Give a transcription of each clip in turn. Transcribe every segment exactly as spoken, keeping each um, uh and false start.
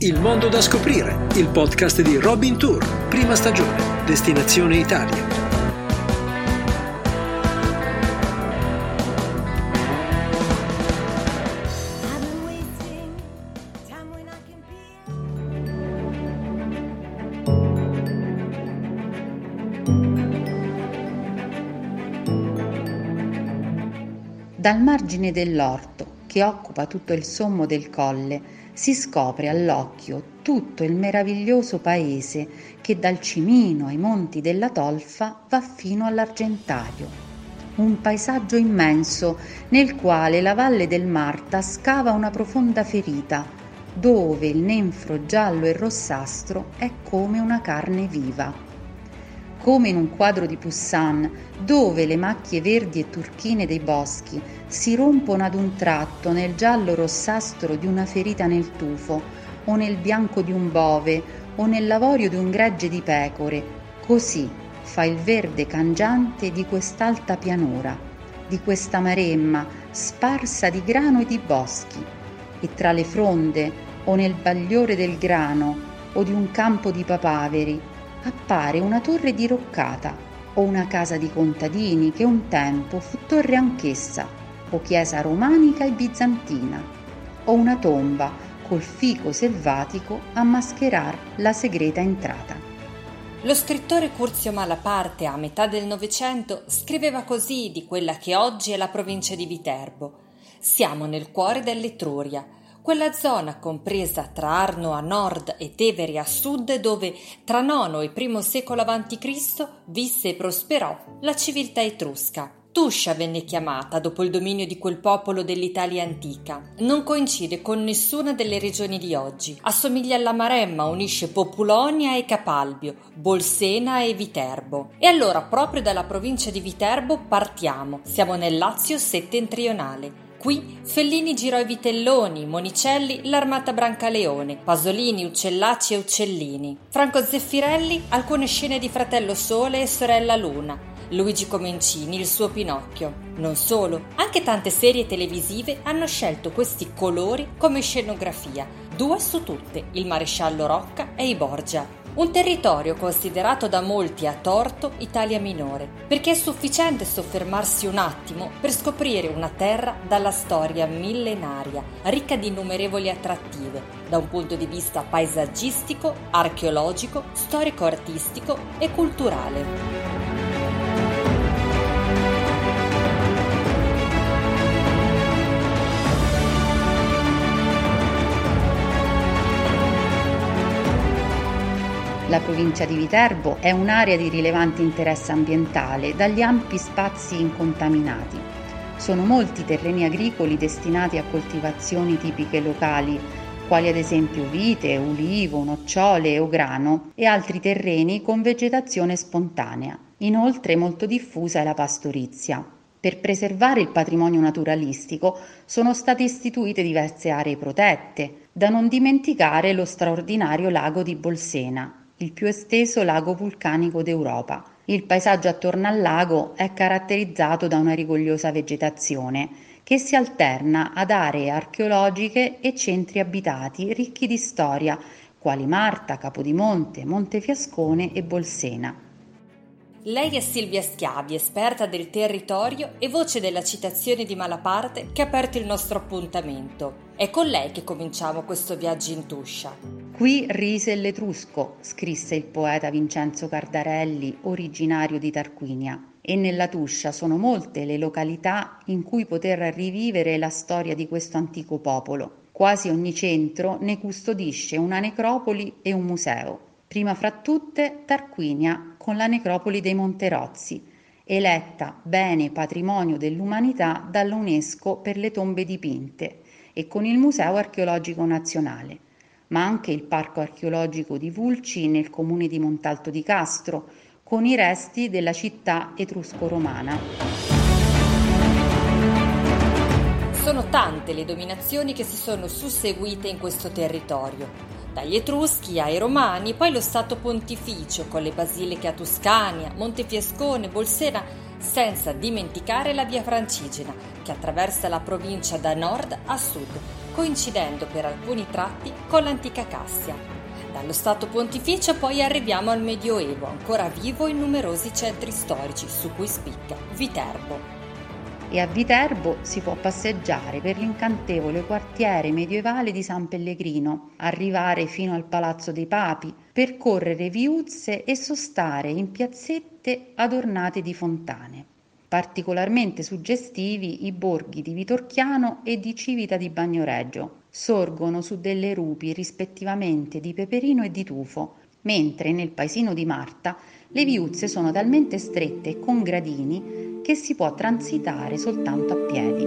Il mondo da scoprire, il podcast di Robin Tour, prima stagione, destinazione Italia. Dal margine dell'orto, che occupa tutto il sommo del colle, si scopre all'occhio tutto il meraviglioso paese che dal Cimino ai monti della Tolfa va fino all'Argentario. Un paesaggio immenso nel quale la valle del Marta scava una profonda ferita, dove il nenfro giallo e rossastro è come una carne viva. Come in un quadro di Poussin, dove le macchie verdi e turchine dei boschi si rompono ad un tratto nel giallo rossastro di una ferita nel tufo, o nel bianco di un bove, o nell'avorio di un gregge di pecore, così fa il verde cangiante di quest'alta pianura, di questa maremma sparsa di grano e di boschi, e tra le fronde, o nel bagliore del grano, o di un campo di papaveri, appare una torre diroccata o una casa di contadini che un tempo fu torre anch'essa, o chiesa romanica e bizantina, o una tomba col fico selvatico a mascherar la segreta entrata. Lo scrittore Curzio Malaparte, a metà del Novecento, scriveva così di quella che oggi è la provincia di Viterbo. Siamo nel cuore dell'Etruria, quella zona compresa tra Arno a nord e Tevere a sud, dove tra nono e primo secolo avanti Cristo visse e prosperò la civiltà etrusca. Tuscia venne chiamata dopo il dominio di quel popolo dell'Italia antica. Non coincide con nessuna delle regioni di oggi. Assomiglia alla Maremma, unisce Populonia e Capalbio, Bolsena e Viterbo. E allora proprio dalla provincia di Viterbo partiamo. Siamo nel Lazio settentrionale. Qui Fellini girò i Vitelloni, Monicelli l'Armata Brancaleone, Pasolini, Uccellacci e Uccellini. Franco Zeffirelli alcune scene di Fratello Sole e Sorella Luna. Luigi Comencini il suo Pinocchio. Non solo, anche tante serie televisive hanno scelto questi colori come scenografia. Due su tutte, Il Maresciallo Rocca e i Borgia. Un territorio considerato da molti a torto Italia minore, perché è sufficiente soffermarsi un attimo per scoprire una terra dalla storia millenaria, ricca di innumerevoli attrattive, da un punto di vista paesaggistico, archeologico, storico-artistico e culturale. La provincia di Viterbo è un'area di rilevante interesse ambientale dagli ampi spazi incontaminati. Sono molti i terreni agricoli destinati a coltivazioni tipiche locali, quali ad esempio vite, ulivo, nocciole o grano, e altri terreni con vegetazione spontanea. Inoltre molto diffusa è la pastorizia. Per preservare il patrimonio naturalistico sono state istituite diverse aree protette, da non dimenticare lo straordinario lago di Bolsena, il più esteso lago vulcanico d'Europa. Il paesaggio attorno al lago è caratterizzato da una rigogliosa vegetazione che si alterna ad aree archeologiche e centri abitati ricchi di storia, quali Marta, Capodimonte, Montefiascone e Bolsena. Lei è Silvia Schiavi, esperta del territorio e voce della citazione di Malaparte che ha aperto il nostro appuntamento. È con lei che cominciamo questo viaggio in Tuscia. Qui rise l'Etrusco, scrisse il poeta Vincenzo Cardarelli, originario di Tarquinia, e nella Tuscia sono molte le località in cui poter rivivere la storia di questo antico popolo. Quasi ogni centro ne custodisce una necropoli e un museo. Prima fra tutte Tarquinia con la necropoli dei Monterozzi, eletta bene patrimonio dell'umanità dalla UNESCO per le tombe dipinte, e con il Museo Archeologico Nazionale, ma anche il Parco Archeologico di Vulci nel comune di Montalto di Castro, con i resti della città etrusco-romana. Sono tante le dominazioni che si sono susseguite in questo territorio. Dagli Etruschi ai Romani, poi lo Stato Pontificio con le basiliche a Tuscania, Montefiascone, Bolsena, senza dimenticare la via Francigena che attraversa la provincia da nord a sud coincidendo per alcuni tratti con l'antica Cassia. Dallo Stato Pontificio poi arriviamo al Medioevo, ancora vivo in numerosi centri storici, su cui spicca Viterbo. E a Viterbo si può passeggiare per l'incantevole quartiere medievale di San Pellegrino, arrivare fino al Palazzo dei Papi, percorrere viuzze e sostare in piazzette adornate di fontane. Particolarmente suggestivi i borghi di Vitorchiano e di Civita di Bagnoregio. Sorgono su delle rupi rispettivamente di peperino e di tufo, mentre nel paesino di Marta le viuzze sono talmente strette e con gradini che si può transitare soltanto a piedi.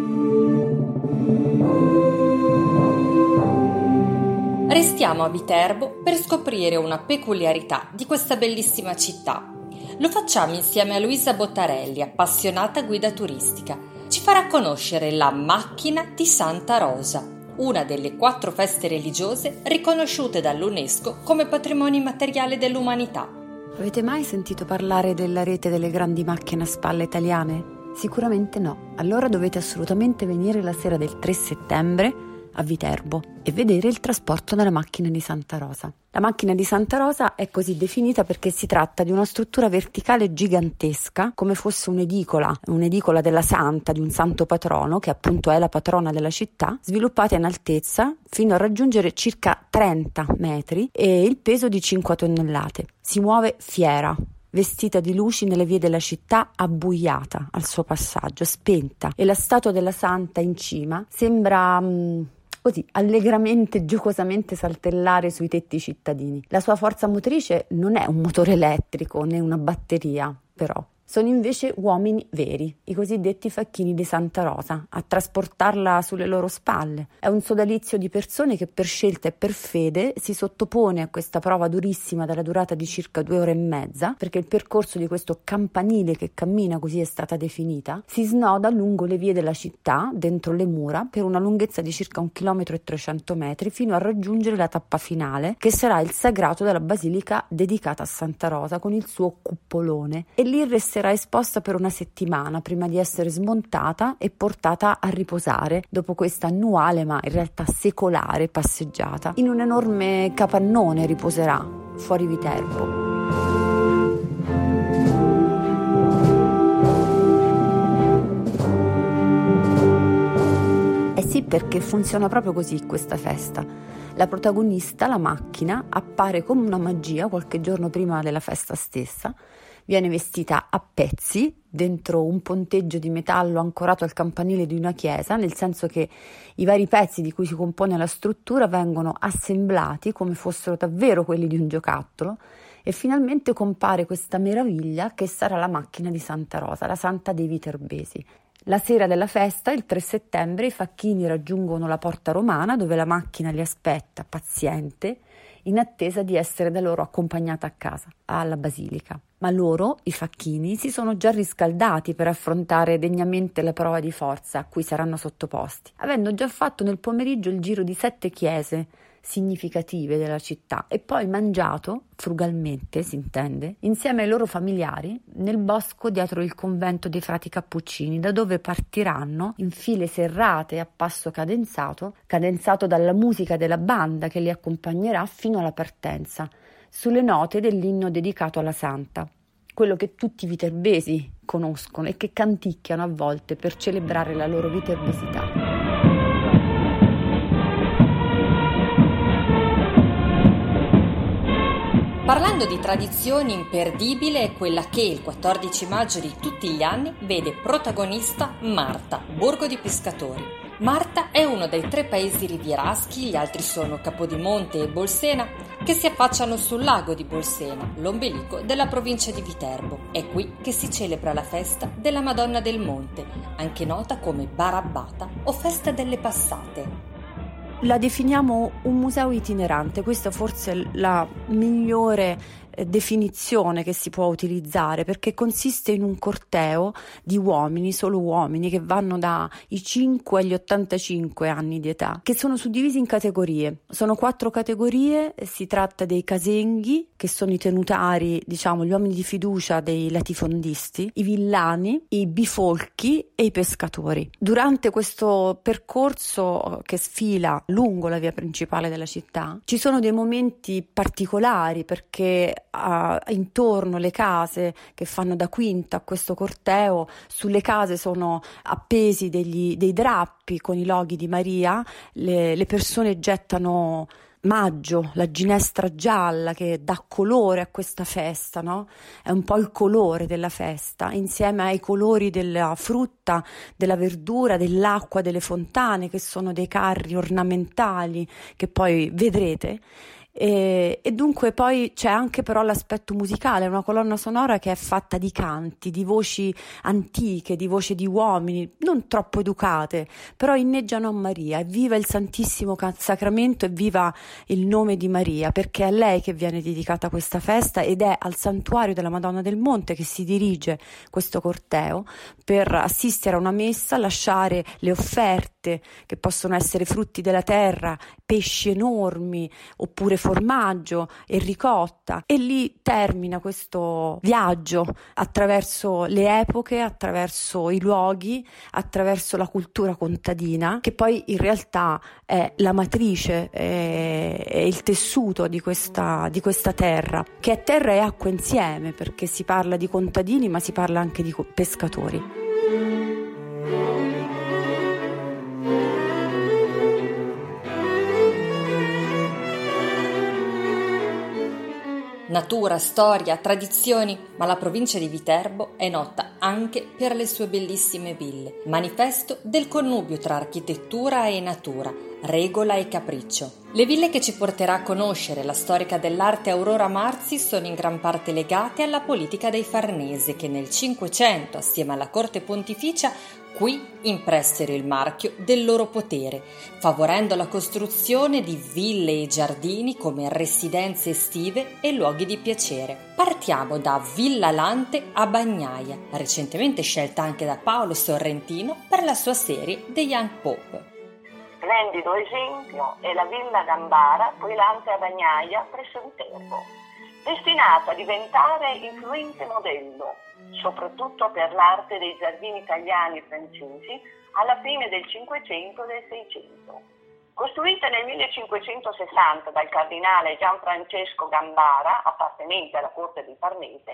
Restiamo a Viterbo per scoprire una peculiarità di questa bellissima città. Lo facciamo insieme a Luisa Bottarelli, appassionata guida turistica. Ci farà conoscere la Macchina di Santa Rosa, una delle quattro feste religiose riconosciute dall'UNESCO come patrimonio immateriale dell'umanità. Avete mai sentito parlare della rete delle grandi macchine a spalla italiane? Sicuramente no. Allora dovete assolutamente venire la sera del tre settembre a Viterbo e vedere il trasporto della Macchina di Santa Rosa. La Macchina di Santa Rosa è così definita perché si tratta di una struttura verticale gigantesca, come fosse un'edicola, un'edicola della Santa, di un santo patrono, che appunto è la patrona della città, sviluppata in altezza fino a raggiungere circa trenta metri e il peso di cinque tonnellate. Si muove fiera, vestita di luci nelle vie della città, abbuiata al suo passaggio, spenta, e la statua della Santa in cima sembra mh, così allegramente, giocosamente saltellare sui tetti cittadini. La sua forza motrice non è un motore elettrico né una batteria, però. Sono invece uomini veri, i cosiddetti facchini di Santa Rosa, a trasportarla sulle loro spalle. È un sodalizio di persone che per scelta e per fede si sottopone a questa prova durissima dalla durata di circa due ore e mezza, perché il percorso di questo campanile che cammina, così è stata definita, si snoda lungo le vie della città, dentro le mura, per una lunghezza di circa un chilometro e trecento metri, fino a raggiungere la tappa finale, che sarà il sagrato della basilica dedicata a Santa Rosa, con il suo cupolone, e lì resterà sarà esposta per una settimana prima di essere smontata e portata a riposare dopo questa annuale ma in realtà secolare passeggiata. In un enorme capannone riposerà fuori Viterbo. Eh sì, perché funziona proprio così questa festa. La protagonista, la macchina, appare come una magia qualche giorno prima della festa stessa. Viene vestita a pezzi dentro un ponteggio di metallo ancorato al campanile di una chiesa, nel senso che i vari pezzi di cui si compone la struttura vengono assemblati come fossero davvero quelli di un giocattolo e finalmente compare questa meraviglia che sarà la Macchina di Santa Rosa, la santa dei viterbesi. La sera della festa, il tre settembre, i facchini raggiungono la porta romana dove la macchina li aspetta, paziente, in attesa di essere da loro accompagnata a casa, alla basilica. Ma loro, i facchini, si sono già riscaldati per affrontare degnamente la prova di forza a cui saranno sottoposti, avendo già fatto nel pomeriggio il giro di sette chiese significative della città e poi mangiato, frugalmente si intende, insieme ai loro familiari nel bosco dietro il convento dei frati cappuccini, da dove partiranno in file serrate a passo cadenzato, cadenzato dalla musica della banda che li accompagnerà fino alla partenza, sulle note dell'inno dedicato alla Santa, quello che tutti i viterbesi conoscono e che canticchiano a volte per celebrare la loro viterbesità. Parlando di tradizioni, imperdibile è quella che il quattordici maggio di tutti gli anni vede protagonista Marta, borgo di pescatori. Marta è uno dei tre paesi rivieraschi, gli altri sono Capodimonte e Bolsena, che si affacciano sul lago di Bolsena, l'ombelico della provincia di Viterbo. È qui che si celebra la festa della Madonna del Monte, anche nota come Barabbata o Festa delle Passate. La definiamo un museo itinerante, questa forse è la migliore definizione che si può utilizzare, perché consiste in un corteo di uomini, solo uomini, che vanno dai cinque agli ottantacinque anni di età, che sono suddivisi in categorie. Sono quattro categorie, si tratta dei casenghi, che sono i tenutari, diciamo gli uomini di fiducia dei latifondisti, i villani, i bifolchi e i pescatori. Durante questo percorso che sfila lungo la via principale della città ci sono dei momenti particolari, perché uh, intorno le case che fanno da quinta a questo corteo, sulle case sono appesi degli, dei drappi con i loghi di Maria, le, le persone gettano maggio, la ginestra gialla che dà colore a questa festa, no? È un po' il colore della festa, insieme ai colori della frutta, della verdura, dell'acqua, delle fontane, che sono dei carri ornamentali che poi vedrete. E, e dunque poi c'è anche però l'aspetto musicale, una colonna sonora che è fatta di canti, di voci antiche, di voci di uomini non troppo educate, però inneggiano a Maria. Evviva il Santissimo Sacramento, evviva il nome di Maria, perché è a lei che viene dedicata questa festa ed è al santuario della Madonna del Monte che si dirige questo corteo per assistere a una messa, lasciare le offerte che possono essere frutti della terra, pesci enormi oppure formaggio e ricotta, e lì termina questo viaggio attraverso le epoche, attraverso i luoghi, attraverso la cultura contadina, che poi in realtà è la matrice, è, è il tessuto di questa, di questa terra, che è terra e acqua insieme, perché si parla di contadini ma si parla anche di pescatori. Natura, storia, tradizioni, ma la provincia di Viterbo è nota anche per le sue bellissime ville, manifesto del connubio tra architettura e natura, regola e capriccio. Le ville che ci porterà a conoscere la storica dell'arte Aurora Marzi sono in gran parte legate alla politica dei Farnese, che nel Cinquecento, assieme alla corte pontificia, qui impressero il marchio del loro potere, favorendo la costruzione di ville e giardini come residenze estive e luoghi di piacere. Partiamo da Villa Lante a Bagnaia, recentemente scelta anche da Paolo Sorrentino per la sua serie The Young Pope. Splendido esempio è la Villa Gambara, poi Lante a Bagnaia, presso Viterbo, destinata a diventare influente modello, soprattutto per l'arte dei giardini italiani e francesi alla fine del Cinquecento e del Seicento. Costruita nel millecinquecentosessanta dal cardinale Gianfrancesco Gambara, appartenente alla corte di Farnese,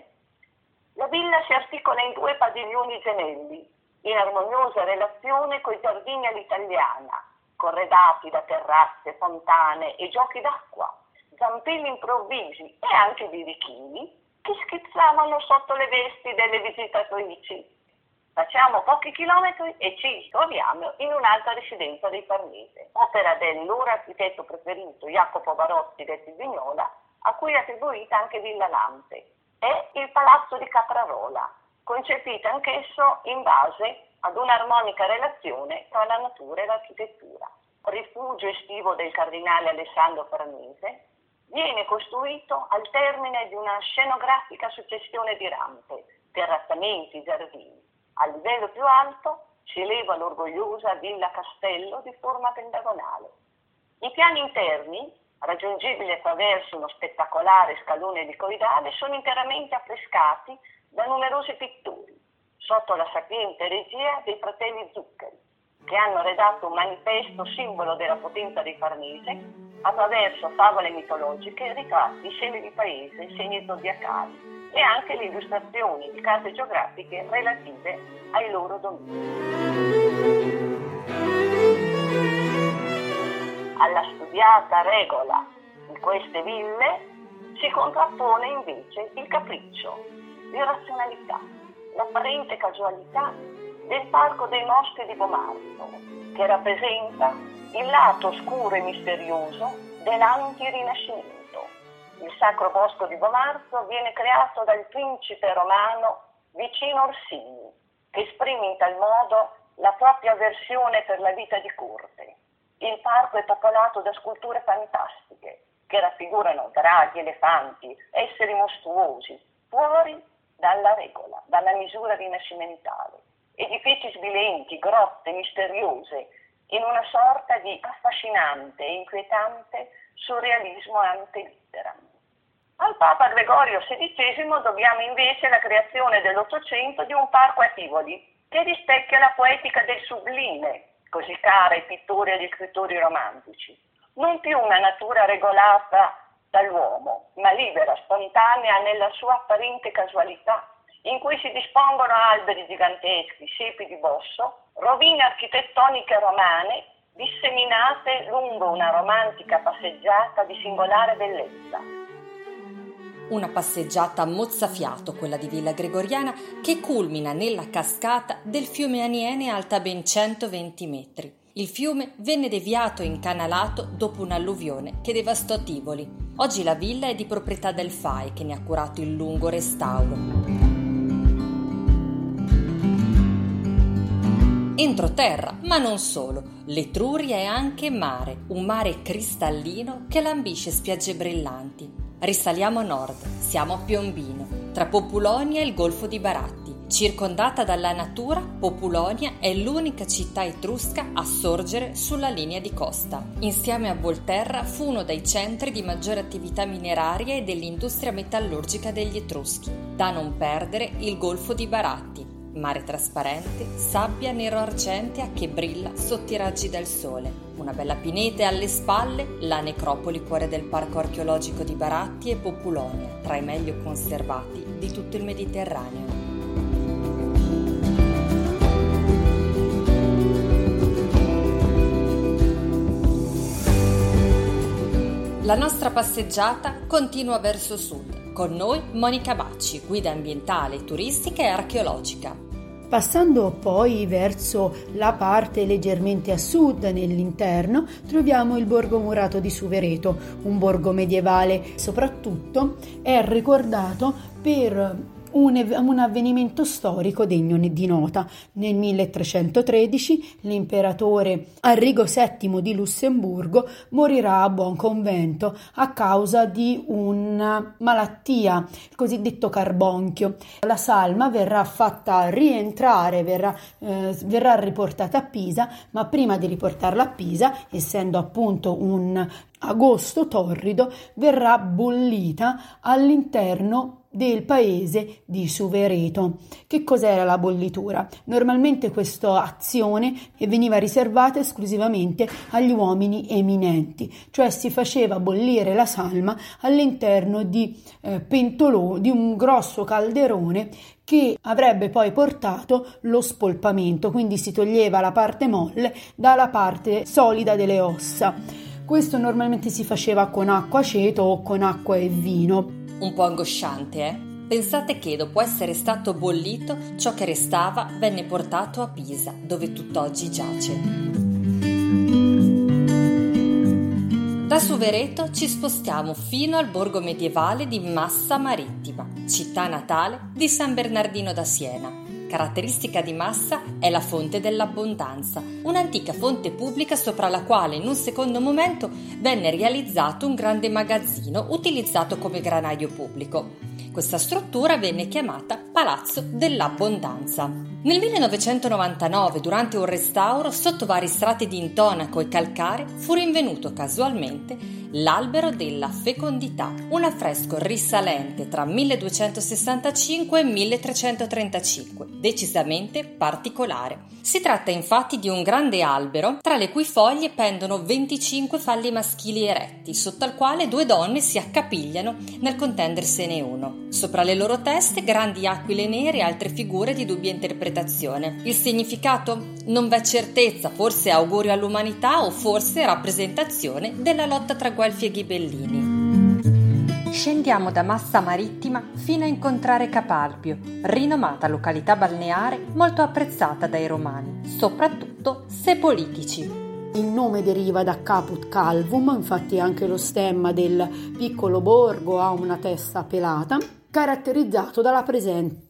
la villa si articola in due padiglioni gemelli, in armoniosa relazione coi giardini all'italiana, corredati da terrazze, fontane e giochi d'acqua, zampilli improvvisi e anche birichini che schizzavano sotto le vesti delle visitatrici. Facciamo pochi chilometri e ci troviamo in un'altra residenza dei Farnese, opera del loro architetto preferito Jacopo Barozzi del Vignola, a cui è attribuita anche Villa Lante. È il Palazzo di Caprarola, concepito anch'esso in base ad un'armonica relazione tra la natura e l'architettura. Rifugio estivo del cardinale Alessandro Farnese, viene costruito al termine di una scenografica successione di rampe, terrazzamenti, giardini. A livello più alto si eleva l'orgogliosa Villa Castello di forma pentagonale. I piani interni, raggiungibili attraverso uno spettacolare scalone elicoidale, sono interamente affrescati da numerosi pittori, sotto la sapiente regia dei fratelli Zuccheri, che hanno redatto un manifesto simbolo della potenza dei Farnese attraverso favole mitologiche, ritratti, scene di paese, segni zodiacali e anche le illustrazioni di carte geografiche relative ai loro domini. Alla studiata regola di queste ville si contrappone invece il capriccio, l'irrazionalità, l'apparente casualità del Parco dei Moschi di Bomarzo, che rappresenta il lato oscuro e misterioso dell'antirinascimento. Il Sacro Bosco di Bomarzo viene creato dal principe romano Vicino Orsini, che esprime in tal modo la propria avversione per la vita di corte. Il parco è popolato da sculture fantastiche, che raffigurano draghi, elefanti, esseri mostruosi, fuori dalla regola, dalla misura rinascimentale. Edifici sbilenchi, grotte misteriose, in una sorta di affascinante e inquietante surrealismo ante litteram. Al Papa Gregorio sedicesimo dobbiamo invece la creazione dell'Ottocento di un parco a Tivoli che rispecchia la poetica del sublime, così cara ai pittori e agli scrittori romantici. Non più una natura regolata dall'uomo, ma libera, spontanea nella sua apparente casualità, in cui si dispongono alberi giganteschi, siepi di bosso, rovine architettoniche romane disseminate lungo una romantica passeggiata di singolare bellezza. Una passeggiata mozzafiato, quella di Villa Gregoriana, che culmina nella cascata del fiume Aniene alta ben centoventi metri. Il fiume venne deviato e incanalato dopo un'alluvione che devastò Tivoli. Oggi la villa è di proprietà del F A I, che ne ha curato il lungo restauro. Entroterra, ma non solo. L'Etruria è anche mare, un mare cristallino che lambisce spiagge brillanti. Risaliamo a nord, siamo a Piombino, tra Populonia e il Golfo di Baratti. Circondata dalla natura, Populonia è l'unica città etrusca a sorgere sulla linea di costa. Insieme a Volterra fu uno dei centri di maggiore attività mineraria e dell'industria metallurgica degli Etruschi. Da non perdere il Golfo di Baratti, mare trasparente, sabbia nero-argentea che brilla sotto i raggi del sole. Una bella pineta e alle spalle la necropoli cuore del parco archeologico di Baratti e Populonia, tra i meglio conservati di tutto il Mediterraneo. La nostra passeggiata continua verso sud. Con noi Monica Bacci, guida ambientale, turistica e archeologica. Passando poi verso la parte leggermente a sud, nell'interno, troviamo il borgo murato di Suvereto, un borgo medievale. Soprattutto è ricordato per un, un avvenimento storico degno di nota. Nel milletrecentotredici l'imperatore Arrigo settimo di Lussemburgo morirà a buon convento a causa di una malattia, il cosiddetto carbonchio. La salma verrà fatta rientrare, verrà, eh, verrà riportata a Pisa, ma prima di riportarla a Pisa, essendo appunto un agosto torrido, verrà bollita all'interno del paese di Suvereto. Che cos'era la bollitura? Normalmente questa azione veniva riservata esclusivamente agli uomini eminenti, cioè si faceva bollire la salma all'interno di eh, pentoloni, di un grosso calderone che avrebbe poi portato lo spolpamento, quindi si toglieva la parte molle dalla parte solida delle ossa. Questo normalmente si faceva con acqua, aceto o con acqua e vino. Un po' angosciante, eh? Pensate che dopo essere stato bollito, ciò che restava venne portato a Pisa, dove tutt'oggi giace. Da Suvereto ci spostiamo fino al borgo medievale di Massa Marittima, città natale di San Bernardino da Siena. Caratteristica di Massa è la fonte dell'abbondanza, un'antica fonte pubblica sopra la quale in un secondo momento venne realizzato un grande magazzino utilizzato come granaio pubblico. Questa struttura venne chiamata Palazzo dell'Abbondanza. Nel millenovecentonovantanove, durante un restauro, sotto vari strati di intonaco e calcare, fu rinvenuto casualmente l'Albero della Fecondità, un affresco risalente tra milleduecentosessantacinque e milletrecentotrentacinque, decisamente particolare. Si tratta infatti di un grande albero tra le cui foglie pendono venticinque falli maschili eretti, sotto al quale due donne si accapigliano nel contendersene uno. Sopra le loro teste grandi aquile nere e altre figure di dubbia interpretazione. Il significato? Non v'è certezza, forse augurio all'umanità o forse rappresentazione della lotta tra Guelfi e Ghibellini. Scendiamo da Massa Marittima fino a incontrare Capalpio, rinomata località balneare molto apprezzata dai romani, soprattutto se politici. Il nome deriva da Caput Calvum, infatti anche lo stemma del piccolo borgo ha una testa pelata, caratterizzato dalla presenza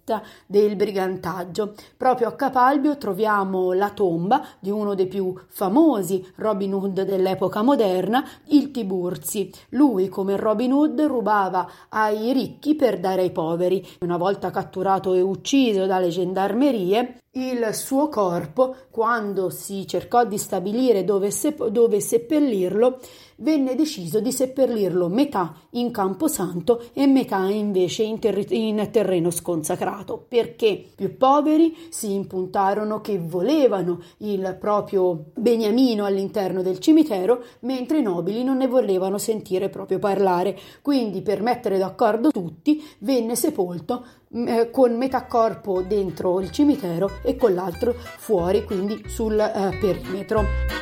del brigantaggio. Proprio a Capalbio troviamo la tomba di uno dei più famosi Robin Hood dell'epoca moderna, il Tiburzi. Lui, come Robin Hood, rubava ai ricchi per dare ai poveri. Una volta catturato e ucciso dalle gendarmerie, il suo corpo, quando si cercò di stabilire dove, sepp- dove seppellirlo, venne deciso di seppellirlo metà in Camposanto e metà invece in, terri- in terreno sconsacrato, perché più poveri si impuntarono che volevano il proprio beniamino all'interno del cimitero, mentre i nobili non ne volevano sentire proprio parlare. Quindi, per mettere d'accordo tutti, venne sepolto eh, con metà corpo dentro il cimitero e con l'altro fuori, quindi sul eh, perimetro.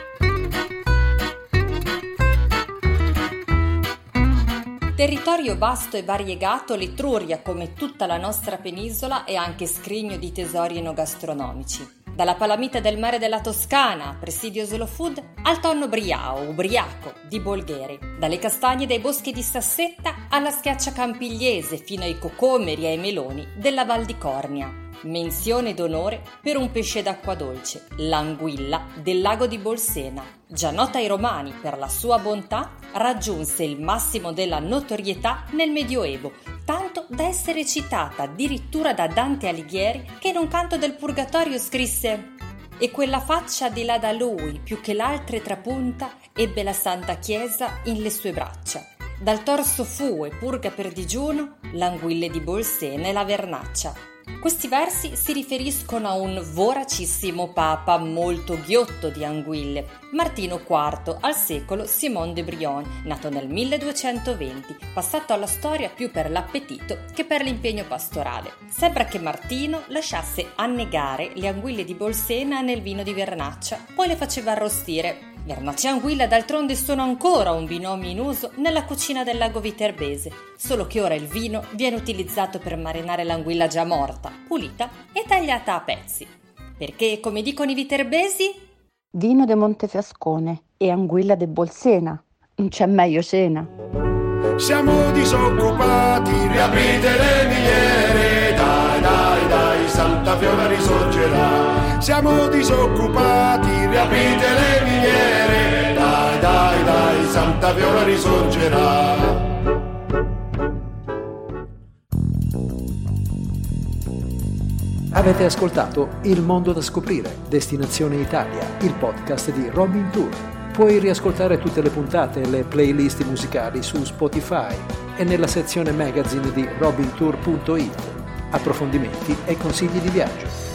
Territorio vasto e variegato, l'Etruria, come tutta la nostra penisola, è anche scrigno di tesori enogastronomici. Dalla palamita del mare della Toscana, presidio slow food, al tonno briao, ubriaco, di Bolgheri. Dalle castagne dei boschi di Sassetta alla schiaccia campigliese, fino ai cocomeri e ai meloni della Val di Cornia. Menzione d'onore per un pesce d'acqua dolce, l'anguilla del lago di Bolsena. Già nota ai romani per la sua bontà, raggiunse il massimo della notorietà nel Medioevo, tanto da essere citata addirittura da Dante Alighieri, che in un canto del Purgatorio scrisse: «E quella faccia di là da lui, più che l'altre trapunta, ebbe la Santa Chiesa in le sue braccia. Dal torso fu e purga per digiuno l'anguille di Bolsena e la vernaccia». Questi versi si riferiscono a un voracissimo papa molto ghiotto di anguille, Martino quarto, al secolo Simon de Brion, nato nel milleduecentoventi, passato alla storia più per l'appetito che per l'impegno pastorale. Sembra che Martino lasciasse annegare le anguille di Bolsena nel vino di vernaccia, poi le faceva arrostire. Vernaccia e anguilla d'altronde sono ancora un binomio in uso nella cucina del lago viterbese, solo che ora il vino viene utilizzato per marinare l'anguilla già morta, pulita e tagliata a pezzi. Perché, come dicono i viterbesi, vino de Montefiascone e anguilla de Bolsena, non c'è meglio cena. Siamo disoccupati, riaprite le miniere, dai dai dai, Santa Fiola risorgerà. Siamo disoccupati, riaprite le miniere, dai dai dai, Santa Fiola risorgerà. Avete ascoltato Il mondo da scoprire, Destinazione Italia, il podcast di Robin Tour. Puoi riascoltare tutte le puntate e le playlist musicali su Spotify e nella sezione magazine di robintour punto it. Approfondimenti e consigli di viaggio.